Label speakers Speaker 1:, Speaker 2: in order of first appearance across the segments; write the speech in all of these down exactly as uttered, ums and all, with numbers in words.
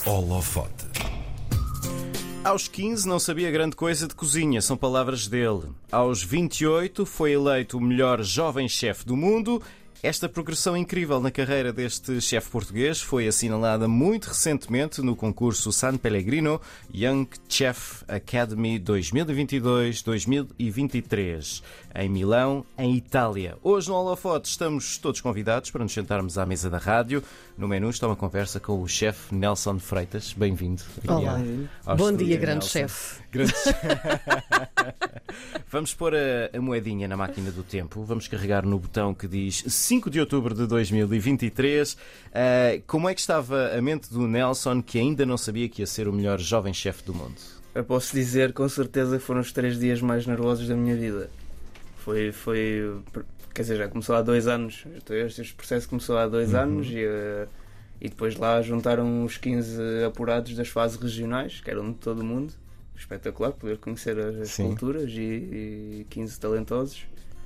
Speaker 1: Holofote.
Speaker 2: Aos quinze não sabia grande coisa de cozinha, são palavras dele. Aos vinte e oito foi eleito o melhor jovem chefe do mundo. Esta progressão incrível na carreira deste chefe português foi assinalada muito recentemente no concurso San Pellegrino Young Chef Academy dois mil e vinte e dois dois mil e vinte e três, em Milão, em Itália. Hoje no Holofote estamos todos convidados para nos sentarmos à mesa da rádio. No menu está uma conversa com o chefe Nelson Freitas. Bem-vindo.
Speaker 3: Olá. Bom dia, grande chefe.
Speaker 2: Grande chefe. Vamos pôr a, a moedinha na máquina do tempo. Vamos carregar no botão que diz cinco de outubro de dois mil e vinte e três. Uh, como é que estava a mente do Nelson, que ainda não sabia que ia ser o melhor jovem chefe do mundo?
Speaker 3: Eu posso dizer com certeza que foram os três dias mais nervosos da minha vida. Foi, foi quer dizer, já começou há dois anos. Este processo começou há dois uhum. anos e, uh, e depois lá juntaram os quinze apurados das fases regionais, que eram de todo o mundo. Espetacular poder conhecer as Sim. culturas e, e quinze talentosos.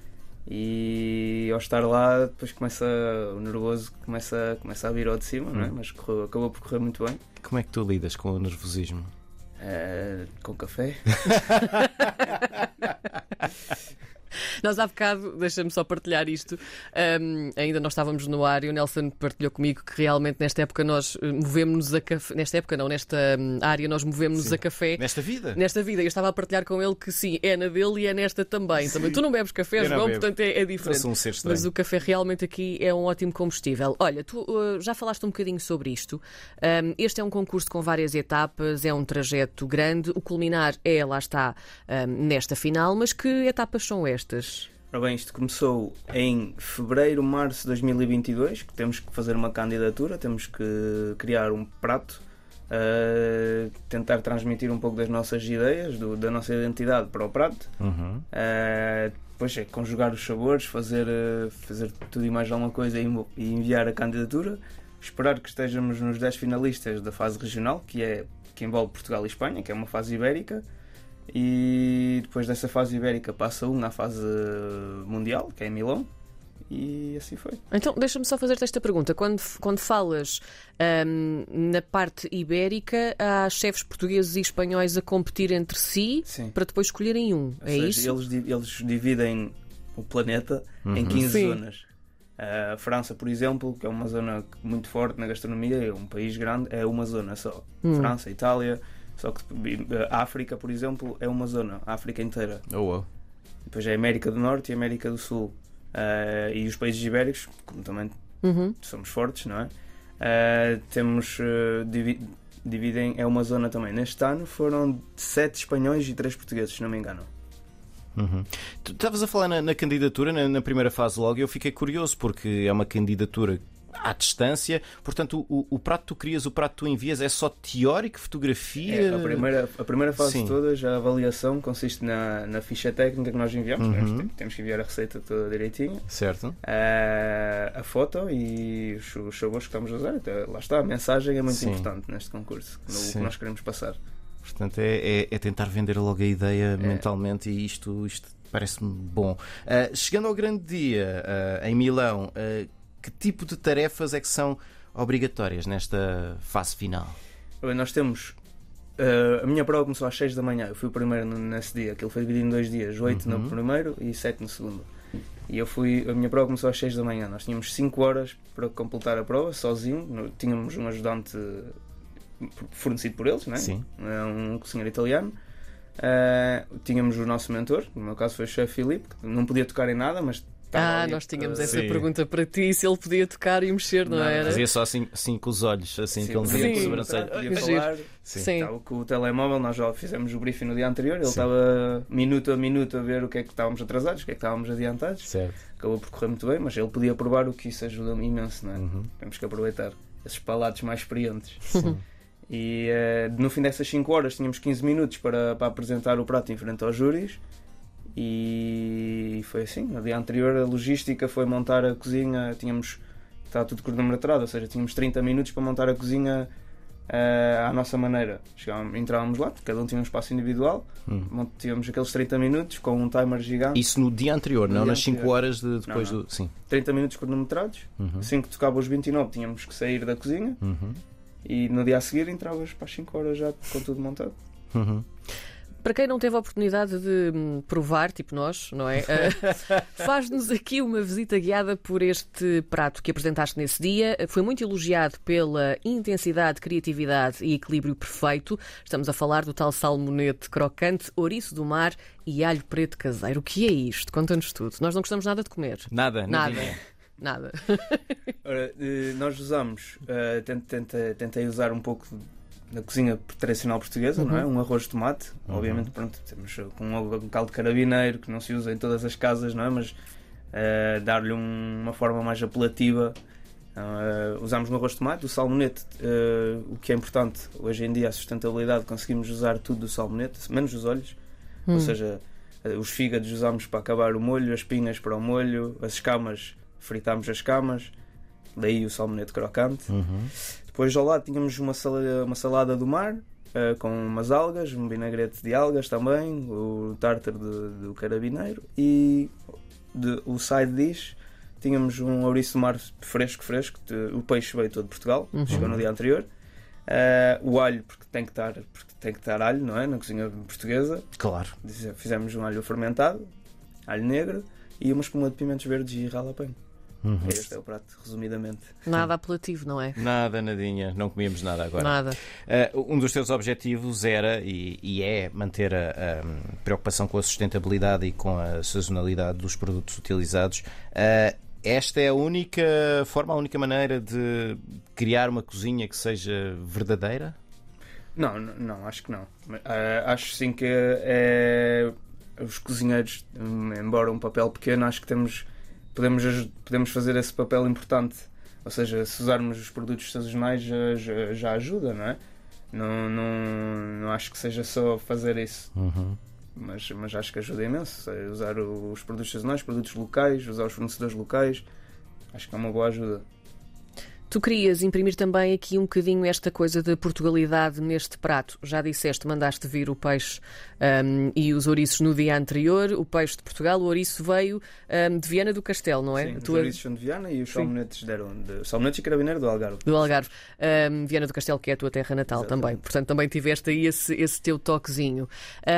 Speaker 3: E ao estar lá depois começa o nervoso começa, começa a vir ao de cima, hum. não é? Mas correu, acabou por correr muito bem.
Speaker 2: Como é que tu lidas com o nervosismo?
Speaker 3: Uh, com café.
Speaker 4: Nós há bocado, deixa-me só partilhar isto, um, ainda nós estávamos no ar e o Nelson partilhou comigo que realmente nesta época nós movemos-nos a café, nesta época não, nesta um, área nós movemos-nos a café.
Speaker 2: Nesta vida?
Speaker 4: Nesta vida, eu estava a partilhar com ele que sim, é na dele e é nesta também. também. Tu não bebes café, João, portanto é, é diferente.
Speaker 2: Sou um ser estranho.
Speaker 4: Mas o café realmente aqui é um ótimo combustível. Olha, tu uh, já falaste um bocadinho sobre isto. Um, este é um concurso com várias etapas, é um trajeto grande, o culminar é, lá está, um, nesta final, mas que etapas são estas?
Speaker 3: Ora bem, isto começou em fevereiro, março de dois mil e vinte e dois, que temos que fazer uma candidatura, temos que criar um prato, uh, tentar transmitir um pouco das nossas ideias, do, da nossa identidade para o prato,
Speaker 2: uhum.
Speaker 3: uh, depois é conjugar os sabores, fazer, uh, fazer tudo e mais alguma coisa e, e enviar a candidatura, esperar que estejamos nos dez finalistas da fase regional, que, é, que envolve Portugal e Espanha, que é uma fase ibérica. E depois dessa fase ibérica passa um à fase mundial, que é em Milão, e assim foi.
Speaker 4: Então deixa-me só fazer-te esta pergunta. Quando, quando falas hum, na parte ibérica, há chefes portugueses e espanhóis a competir entre si
Speaker 3: Sim.
Speaker 4: para depois escolherem um,
Speaker 3: Ou
Speaker 4: é
Speaker 3: seja,
Speaker 4: isso?
Speaker 3: Eles, eles dividem o planeta uhum. em quinze
Speaker 4: Sim.
Speaker 3: zonas. A França, por exemplo, que é uma zona muito forte na gastronomia, é um país grande, é uma zona só.
Speaker 4: Hum.
Speaker 3: França, Itália. Só que a África, por exemplo, é uma zona, a África inteira.
Speaker 2: Oh, oh.
Speaker 3: Depois é a América do Norte e a América do Sul. Uh, e os países ibéricos, como também
Speaker 4: uhum.
Speaker 3: somos fortes, não é? Uh, temos, uh, divi- dividem, é uma zona também. Neste ano foram sete espanhóis e três portugueses, se não me engano.
Speaker 2: Uhum. Tu estavas a falar na, na candidatura, na, na primeira fase logo, e eu fiquei curioso, porque é uma candidatura à distância, portanto o, o prato que tu crias, o prato que tu envias é só teórico, fotografia?
Speaker 3: É, a, primeira, a primeira fase
Speaker 2: Sim.
Speaker 3: toda, já a avaliação consiste na, na ficha técnica que nós enviamos,
Speaker 2: uhum.
Speaker 3: temos, temos que enviar a receita toda direitinho,
Speaker 2: certo.
Speaker 3: a, a foto e os, os sabores que estamos a usar. Então, lá está, a mensagem é muito Sim. importante neste concurso, no que nós queremos passar.
Speaker 2: Portanto é, é, é tentar vender logo a ideia é. mentalmente, e isto, isto parece-me bom. Uh, chegando ao grande dia uh, em Milão, uh, que tipo de tarefas é que são obrigatórias nesta fase final?
Speaker 3: Bem, nós temos... Uh, a minha prova começou às seis da manhã. Eu fui o primeiro nesse dia. Aquilo foi dividido em dois dias. oito uhum. no primeiro e sete no segundo. E eu fui... A minha prova começou às seis da manhã. Nós tínhamos cinco horas para completar a prova, sozinho. Tínhamos um ajudante fornecido por eles, não é?
Speaker 2: Sim.
Speaker 3: Um cozinheiro italiano. Uh, tínhamos o nosso mentor. No meu caso foi o chefe Filipe, que não podia tocar em nada, mas...
Speaker 4: Ah,
Speaker 3: ali,
Speaker 4: nós tínhamos
Speaker 3: uh,
Speaker 4: essa
Speaker 2: sim.
Speaker 4: pergunta para ti, se ele podia tocar e mexer, não, não era?
Speaker 2: Fazia só assim, assim com os olhos, assim
Speaker 3: sim,
Speaker 2: que ele
Speaker 3: sim,
Speaker 2: me sobrancelha.
Speaker 3: Podia falar.
Speaker 2: Sim.
Speaker 4: Sim.
Speaker 3: Estava com o telemóvel, nós já fizemos o briefing no dia anterior, ele sim. estava minuto a minuto a ver o que é que estávamos atrasados, o que é que estávamos adiantados.
Speaker 2: Certo.
Speaker 3: Acabou por correr muito bem, mas ele podia provar, o que isso ajuda imenso, não é?
Speaker 2: Uhum.
Speaker 3: Temos que aproveitar esses palatos mais experientes.
Speaker 2: Sim.
Speaker 3: E uh, no fim dessas cinco horas tínhamos quinze minutos para, para apresentar o prato em frente aos júris. E foi assim, no dia anterior a logística foi montar a cozinha, tínhamos, estava tudo cronometrado, ou seja, tínhamos trinta minutos para montar a cozinha uh, à nossa maneira. Chegávamos, entrávamos lá, cada um tinha um espaço individual, hum. tínhamos aqueles trinta minutos com um timer gigante.
Speaker 2: Isso no dia anterior, no não dia nas cinco horas de, depois
Speaker 3: não, não.
Speaker 2: do... Sim.
Speaker 3: trinta minutos cronometrados, uhum. assim que tocava os vinte e nove tínhamos que sair da cozinha.
Speaker 2: Uhum.
Speaker 3: e no dia a seguir entravas para as cinco horas já com tudo montado.
Speaker 2: Uhum.
Speaker 4: Para quem não teve a oportunidade de hum, provar, tipo nós, não é? Uh, faz-nos aqui uma visita guiada por este prato que apresentaste nesse dia. Foi muito elogiado pela intensidade, criatividade e equilíbrio perfeito. Estamos a falar do tal salmonete crocante, ouriço do mar e alho preto caseiro. O que é isto? Conta-nos tudo. Nós não gostamos nada de comer.
Speaker 2: Nada,
Speaker 4: Nada.
Speaker 2: nadinha.
Speaker 4: Nada.
Speaker 3: Ora, eh, nós usamos, uh, tentei, tentei usar um pouco na cozinha tradicional portuguesa,
Speaker 4: Uhum.
Speaker 3: não é? Um arroz de tomate,
Speaker 2: Uhum.
Speaker 3: obviamente, pronto, temos com um, um caldo carabineiro que não se usa em todas as casas, não é? Mas uh, dar-lhe um, uma forma mais apelativa. Uh, usamos no arroz de tomate, o salmonete, uh, o que é importante hoje em dia, a sustentabilidade, conseguimos usar tudo do salmonete, menos os olhos,
Speaker 4: Hum.
Speaker 3: ou seja, uh, os fígados usamos para acabar o molho, as pinhas para o molho, as escamas, fritámos as escamas, daí o salmonete crocante.
Speaker 2: Uhum.
Speaker 3: Depois ao lado tínhamos uma salada, uma salada do mar, uh, com umas algas, um vinagrete de algas também, o tártaro do, do carabineiro, e de, o side dish tínhamos um ouriço do mar fresco, fresco, de, o peixe veio todo de Portugal,
Speaker 4: Uhum.
Speaker 3: chegou no dia anterior. Uh, o alho, porque tem que estar, porque tem que estar alho, não é? Na cozinha portuguesa.
Speaker 2: Claro.
Speaker 3: Fizemos um alho fermentado, alho negro e uma espuma de pimentos verdes e ralapenho.
Speaker 2: Uhum.
Speaker 3: Este é o prato, resumidamente.
Speaker 4: Nada apelativo, não é?
Speaker 2: Nada, nadinha. Não comíamos nada agora.
Speaker 4: Nada.
Speaker 2: Uh, um dos teus objetivos era e, e é manter a, a preocupação com a sustentabilidade e com a sazonalidade dos produtos utilizados. Uh, esta é a única forma, a única maneira de criar uma cozinha que seja verdadeira?
Speaker 3: Não, não, não, acho que não. Mas, uh, acho sim que é, os cozinheiros, um, embora um papel pequeno, acho que temos, podemos, podemos fazer esse papel importante. Ou seja, se usarmos os produtos sazonais já, já, já ajuda, não é? Não, não, não acho que seja só fazer isso.
Speaker 2: Uhum.
Speaker 3: Mas, mas acho que ajuda imenso. É usar os produtos sazonais, produtos locais, usar os fornecedores locais. Acho que é uma boa ajuda.
Speaker 4: Tu querias imprimir também aqui um bocadinho esta coisa de Portugalidade neste prato. Já disseste, mandaste vir o peixe um, e os ouriços no dia anterior. O peixe de Portugal, o ouriço veio um, de Viana do Castelo, não é?
Speaker 3: Sim, os
Speaker 4: Tu-
Speaker 3: ouriços são de Viana e os
Speaker 4: Sim.
Speaker 3: salmonetes deram de salmonetes e carabineiro do Algarve.
Speaker 4: Do Algarve. Um, Viana do Castelo, que é a tua terra natal.
Speaker 3: Exatamente.
Speaker 4: Também. Portanto, também tiveste aí esse, esse teu toquezinho.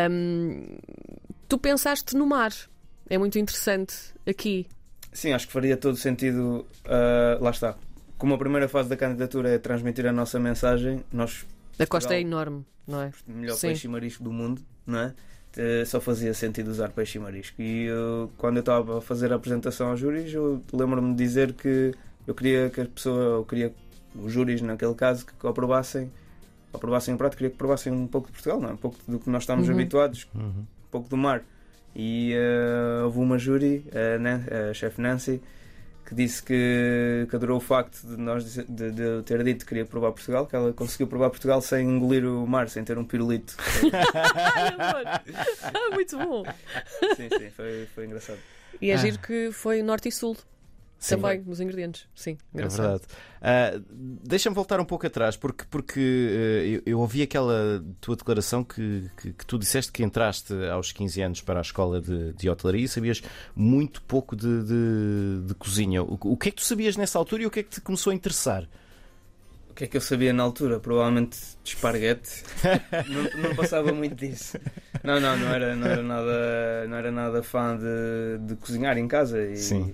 Speaker 4: Um, tu pensaste no mar. É muito interessante aqui.
Speaker 3: Sim, acho que faria todo sentido. Uh, lá está. Como a primeira fase da candidatura é transmitir a nossa mensagem, nós,
Speaker 4: A costa
Speaker 3: Portugal.
Speaker 4: é enorme, não é?
Speaker 3: o melhor
Speaker 4: Sim.
Speaker 3: peixe e marisco do mundo, não é? Eh, Só fazia sentido usar peixe e marisco. E eu, quando eu estava a fazer a apresentação aos júris, eu lembro-me de dizer que eu queria que a pessoa, eu queria os júris, naquele caso, que aprovassem, aprovassem o prato, queria que provassem um pouco de Portugal, não é? Um pouco do que nós estamos
Speaker 4: Uhum.
Speaker 3: habituados,
Speaker 2: Uhum.
Speaker 3: um pouco do mar. E uh, houve uma júri, a, Nan- a chefe Nancy, que disse que, que adorou o facto de nós dizer- de, de eu ter dito que queria provar Portugal, que ela conseguiu provar Portugal sem engolir o mar, sem ter um pirulito.
Speaker 4: Ai, amor. Ah, muito bom.
Speaker 3: Sim, sim, foi, foi engraçado.
Speaker 4: E é
Speaker 2: Ah.
Speaker 4: giro que foi norte e sul.
Speaker 2: Sim.
Speaker 4: Também, nos ingredientes. Sim,
Speaker 2: É
Speaker 4: engraçado.
Speaker 2: verdade. Ah, deixa-me voltar um pouco atrás, porque, porque eh, eu, eu ouvi aquela tua declaração que, que, que tu disseste que entraste aos quinze anos para a escola de, de hotelaria e sabias muito pouco de, de, de cozinha. O, o que é que tu sabias nessa altura e o que é que te começou a interessar?
Speaker 3: O que é que eu sabia na altura? Provavelmente de esparguete. não, não passava muito disso. Não, não, não era, não era, nada, não era nada fã de, de cozinhar em casa. E,
Speaker 2: Sim.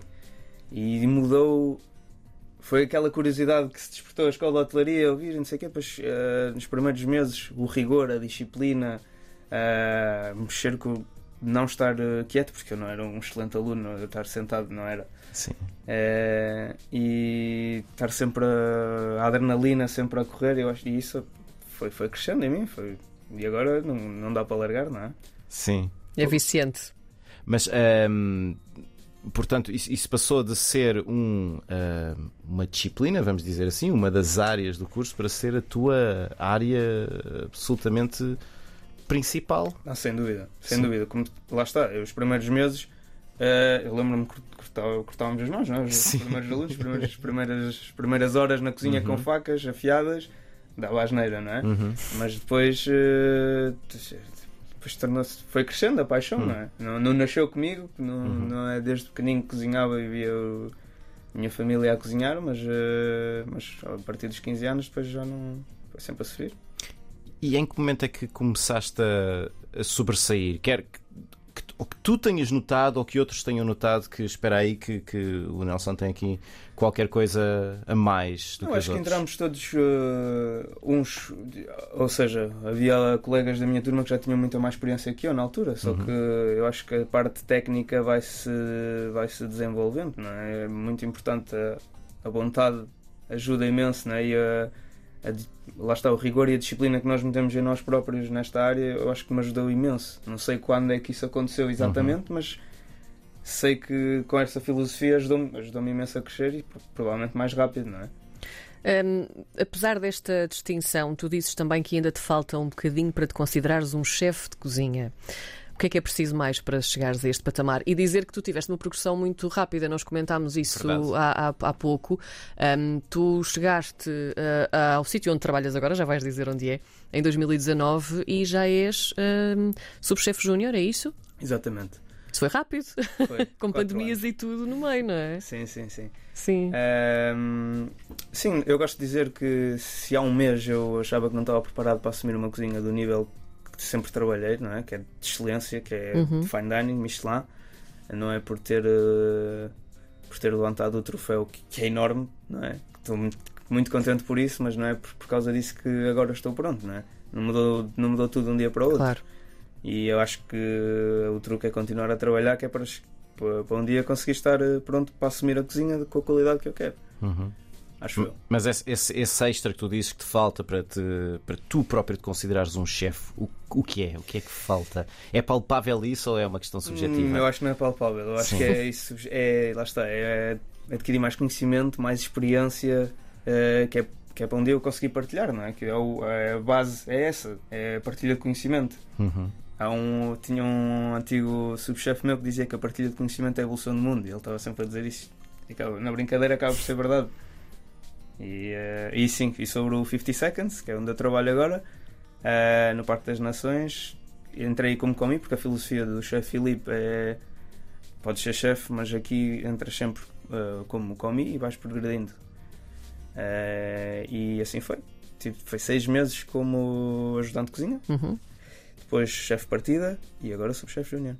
Speaker 3: E mudou. Foi aquela curiosidade que se despertou a escola de hotelaria, ouvir, não sei o quê, depois eh, nos primeiros meses o rigor, a disciplina, eh, mexer com não estar eh, quieto, porque eu não era um excelente aluno, eu estar sentado não era.
Speaker 2: Sim.
Speaker 3: Eh, e estar sempre a, a adrenalina sempre a correr, eu acho, e isso foi, foi crescendo em mim, foi, e agora não, não dá para largar, não é?
Speaker 2: Sim.
Speaker 4: É viciante.
Speaker 2: Mas, ahm, portanto, isso, isso passou de ser um, ahm, uma disciplina, vamos dizer assim, uma das áreas do curso, para ser a tua área absolutamente principal.
Speaker 3: Não, sem dúvida, sem
Speaker 2: Sim.
Speaker 3: dúvida. Como, lá está, eu, os primeiros meses, eh, eu lembro-me que cortava- cortávamos as mãos, não é? Os
Speaker 2: Sim.
Speaker 3: primeiros alunos, as primeiras, as primeiras, as primeiras horas na cozinha
Speaker 2: Uhum.
Speaker 3: com facas afiadas, dava asneira, não é?
Speaker 2: Uhum.
Speaker 3: Mas depois, eh, depois tornou-se, foi crescendo a paixão,
Speaker 2: Uhum.
Speaker 3: não é? Não, não nasceu comigo, não,
Speaker 2: Uhum.
Speaker 3: não é desde pequenino que cozinhava e via o, minha família a cozinhar, mas, uh, mas a partir dos quinze anos depois já não... Foi sempre a sofrer.
Speaker 2: E em que momento é que começaste a, a sobressair? Quer que, que, ou que tu tenhas notado ou que outros tenham notado que, espera aí, que, que o Nelson tem aqui qualquer coisa a mais do
Speaker 3: não,
Speaker 2: que
Speaker 3: acho
Speaker 2: os
Speaker 3: que
Speaker 2: outros?
Speaker 3: entramos todos uh, uns... Ou seja, havia colegas da minha turma que já tinham muita mais experiência que eu na altura, só
Speaker 2: Uhum.
Speaker 3: que eu acho que a parte técnica vai-se vai-se desenvolvendo, não é? É muito importante a, a vontade, ajuda imenso, não é? E a, a, lá está o rigor e a disciplina que nós metemos em nós próprios nesta área, eu acho que me ajudou imenso. Não sei quando é que isso aconteceu exatamente, uhum. mas sei que com essa filosofia ajudou-me, ajudou-me imenso a crescer e provavelmente mais rápido, não é?
Speaker 4: Um, apesar desta distinção, tu dizes também que ainda te falta um bocadinho para te considerares um chefe de cozinha. O que é que é preciso mais para chegares a este patamar? E dizer que tu tiveste uma progressão muito rápida, nós comentámos isso há, há, há pouco. Um, tu chegaste uh, ao sítio onde trabalhas agora, já vais dizer onde é, em dois mil e dezanove, e já és um, subchefe júnior, é isso?
Speaker 3: Exatamente.
Speaker 4: Isso foi rápido,
Speaker 3: Foi,
Speaker 4: com pandemias
Speaker 3: anos.
Speaker 4: E tudo no meio, não é?
Speaker 3: Sim, sim, sim.
Speaker 4: Sim.
Speaker 3: Um, sim, eu gosto de dizer que se há um mês eu achava que não estava preparado para assumir uma cozinha do nível que sempre trabalhei, não é? Que é de excelência, que é
Speaker 4: Uhum.
Speaker 3: de fine dining, Michelin, não é por ter, uh, por ter levantado o troféu, que, que é enorme, não é? Estou muito, muito contente por isso, mas não é por, por causa disso que agora estou pronto, não é? Não mudou, não mudou tudo de um dia para o outro.
Speaker 4: Claro.
Speaker 3: E eu acho que o truque é continuar a trabalhar, que é para, para um dia conseguir estar pronto para assumir a cozinha com a qualidade que eu quero.
Speaker 2: Uhum.
Speaker 3: Acho eu.
Speaker 2: Mas esse, esse, esse extra que tu dizes que te falta para, te, para tu próprio te considerares um chefe, o, o que é? O que é que falta? É palpável isso ou é uma questão subjetiva?
Speaker 3: Hum, eu acho que não é palpável. Eu acho
Speaker 2: Sim.
Speaker 3: que é isso. É, lá está. É adquirir mais conhecimento, mais experiência, é, que, é, que é para um dia eu conseguir partilhar, não é? Que é, o, é a base, é essa. É a partilha de conhecimento.
Speaker 2: Uhum.
Speaker 3: Há um, tinha um antigo subchefe meu que dizia que a partilha de conhecimento é a evolução do mundo, e ele estava sempre a dizer isso. E na brincadeira acaba por ser verdade. E, uh, e sim, e sobre o cinquenta Seconds, que é onde eu trabalho agora, uh, no Parque das Nações, entrei como comi, porque a filosofia do chefe Filipe é: podes ser chefe, mas aqui entras sempre uh, como comi e vais progredindo. Uh, e assim foi. Tipo, foi seis meses como ajudante de cozinha.
Speaker 4: Uhum.
Speaker 3: Depois chefe partida e agora sou chefe júnior.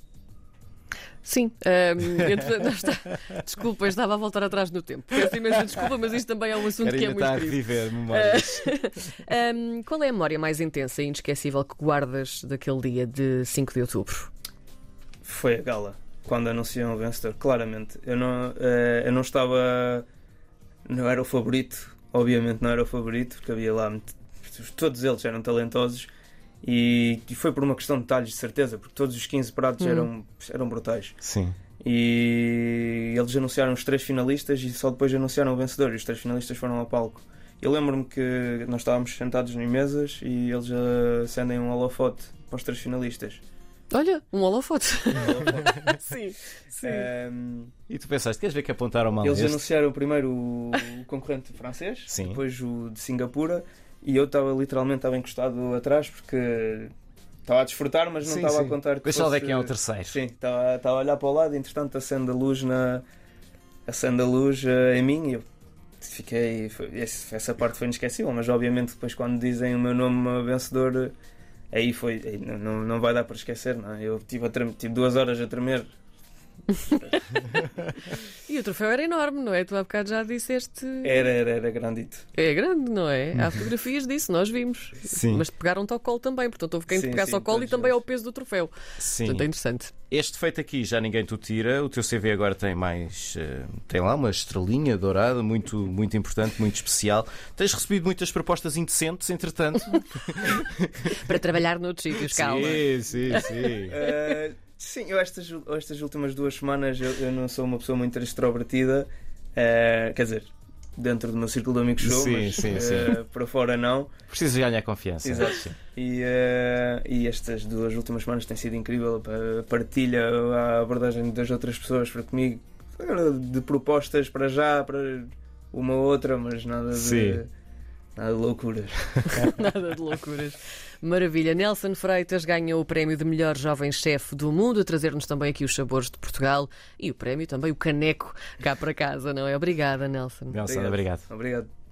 Speaker 4: Sim, um, entretanto, está... desculpa, estava a voltar atrás no tempo. Peço imensa desculpa, mas isto também é um assunto
Speaker 2: Quero
Speaker 4: que é
Speaker 2: ainda
Speaker 4: muito
Speaker 2: estar a
Speaker 4: querido.
Speaker 2: reviver memórias.
Speaker 4: um, qual é a memória mais intensa e inesquecível que guardas daquele dia de cinco de outubro?
Speaker 3: Foi a gala, quando anunciam o vencedor, claramente. Eu não, uh, eu não estava... Não era o favorito, obviamente não era o favorito, porque havia lá... Todos eles eram talentosos. E, e foi por uma questão de detalhes, de certeza, porque todos os quinze pratos hum. eram, eram brutais.
Speaker 2: Sim.
Speaker 3: E eles anunciaram os três finalistas e só depois anunciaram o vencedor. E os três finalistas foram ao palco. Eu lembro-me que nós estávamos sentados em mesas e eles acendem um holofote para os três finalistas.
Speaker 4: Olha, um holofote.
Speaker 3: Um holofote.
Speaker 4: Sim, sim.
Speaker 3: Um,
Speaker 2: e tu pensaste, queres ver que apontaram mal
Speaker 3: Eles
Speaker 2: este?
Speaker 3: anunciaram primeiro o, o concorrente francês,
Speaker 2: Sim.
Speaker 3: depois o de Singapura. E eu estava literalmente estava encostado atrás porque estava a desfrutar, mas não
Speaker 2: sim,
Speaker 3: estava
Speaker 2: sim.
Speaker 3: a contar que
Speaker 2: Deixa
Speaker 3: fosse...
Speaker 2: eu ver quem é o terceiro.
Speaker 3: Sim, estava, estava a olhar para o lado e entretanto acende a luz, na... acende a luz uh, em mim e eu fiquei... Foi... Essa parte foi inesquecível, mas obviamente depois quando dizem o meu nome vencedor, aí foi... Aí não, não, não vai dar para esquecer, não é? Eu tive, a trem... tive duas horas a tremer.
Speaker 4: E o troféu era enorme, não é? Tu há bocado já disseste.
Speaker 3: Era, era, era grandito.
Speaker 4: É grande, não é? Há fotografias disso, nós vimos.
Speaker 2: Sim.
Speaker 4: Mas pegaram-te ao colo também, portanto houve quem te
Speaker 3: Sim,
Speaker 4: pegasse
Speaker 3: sim,
Speaker 4: ao colo e
Speaker 3: todos
Speaker 4: também
Speaker 3: eles.
Speaker 4: ao peso do troféu.
Speaker 2: Sim.
Speaker 4: Portanto é interessante.
Speaker 2: Este feito aqui já ninguém te o tira. O teu C V agora tem mais. Uh, tem lá uma estrelinha dourada, muito, muito importante, muito especial. Tens recebido muitas propostas indecentes, entretanto.
Speaker 4: Para trabalhar noutros sítios, calma.
Speaker 2: Sim, sim, sim.
Speaker 3: Uh, sim, eu estas, estas últimas duas semanas eu, eu não sou uma pessoa muito extrovertida. Uh, quer dizer, dentro do meu círculo de amigos sou,
Speaker 2: Sim,
Speaker 3: mas
Speaker 2: sim,
Speaker 3: uh,
Speaker 2: sim.
Speaker 3: para fora não.
Speaker 2: Precisas ganhar confiança.
Speaker 3: Exato.
Speaker 2: Sim.
Speaker 3: E, uh, e estas duas últimas semanas têm sido incrível. A partilha, a abordagem das outras pessoas para comigo, de propostas para já, para uma outra, mas nada de,
Speaker 2: Sim.
Speaker 3: Nada de loucuras.
Speaker 4: Nada de loucuras. Maravilha. Nelson Freitas ganhou o prémio de melhor jovem chefe do mundo, a trazer-nos também aqui os sabores de Portugal e o prémio também, o caneco, cá para casa, não é? Obrigada, Nelson.
Speaker 2: Nelson, obrigado.
Speaker 3: Obrigado.